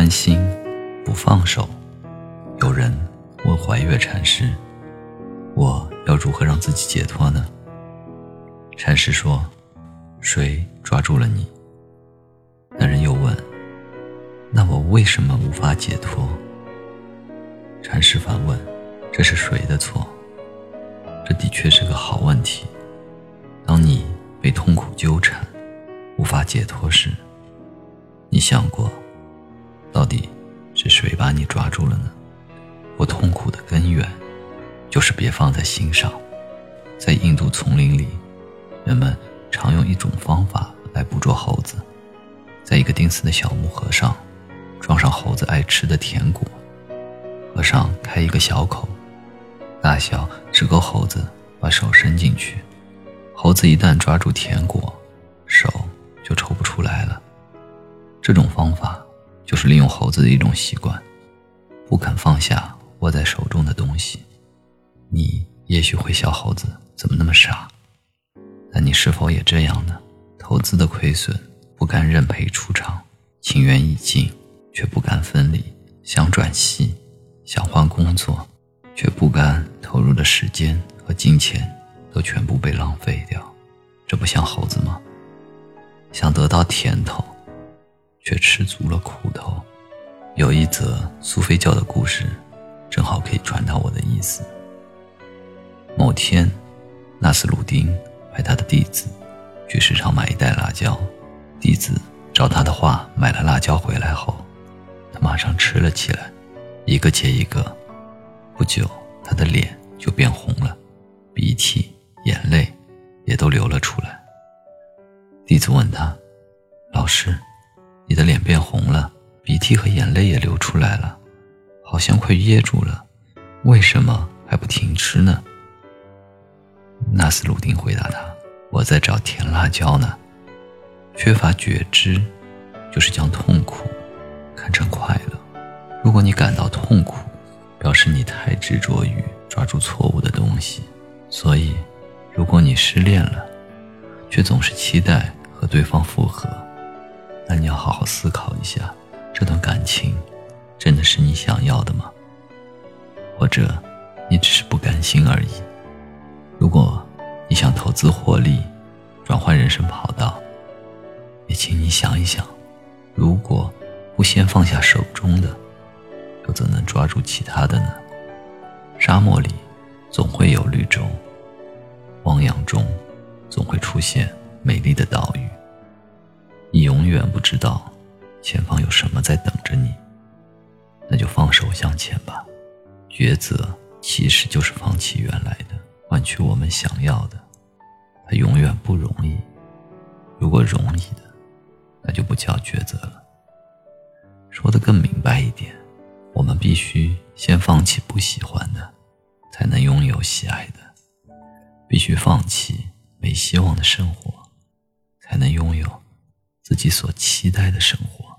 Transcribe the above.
甘心，不放手。有人问怀岳禅师，我要如何让自己解脱呢？禅师说，谁抓住了你？那人又问，那我为什么无法解脱？禅师反问，这是谁的错？这的确是个好问题。当你被痛苦纠缠，无法解脱时，你想过，到底是谁把你抓住了呢？我痛苦的根源，就是别放在心上。在印度丛林里，人们常用一种方法来捕捉猴子，在一个钉死的小木盒上，装上猴子爱吃的甜果，盒上开一个小口，大小只够猴子把手伸进去。猴子一旦抓住甜果，手就抽不出来了。这种方法就是利用猴子的一种习惯，不肯放下握在手中的东西。你也许会笑猴子怎么那么傻，但你是否也这样呢？投资的亏损，不甘认赔出场，情缘已尽，却不甘分离，想转系，想换工作，却不甘投入的时间和金钱都全部被浪费掉。这不像猴子吗？想得到甜头，却吃足了苦头。有一则苏菲教的故事，正好可以传达我的意思。某天，纳斯鲁丁派他的弟子去市场买一袋辣椒。弟子照他的话买了辣椒回来后，他马上吃了起来，一个接一个。不久，他的脸就变红了，鼻涕、眼泪也都流了出来。弟子问他，老师，你的脸变红了，鼻涕和眼泪也流出来了，好像快噎住了，为什么还不停吃呢？纳斯鲁丁回答他，我在找甜辣椒呢。缺乏觉知，就是将痛苦看成快乐。如果你感到痛苦，表示你太执着于抓住错误的东西。所以，如果你失恋了，却总是期待和对方复合，那你要好好思考一下，这段感情真的是你想要的吗？或者你只是不甘心而已。如果你想投资获利，转换人生跑道，也请你想一想，如果不先放下手中的，又怎能抓住其他的呢？沙漠里总会有绿洲，汪洋中总会出现美丽的岛屿。你永远不知道前方有什么在等着你，那就放手向前吧。抉择其实就是放弃原来的，换取我们想要的。它永远不容易，如果容易的，那就不叫抉择了。说得更明白一点，我们必须先放弃不喜欢的，才能拥有喜爱的。必须放弃没希望的生活，才能拥有自己所期待的生活。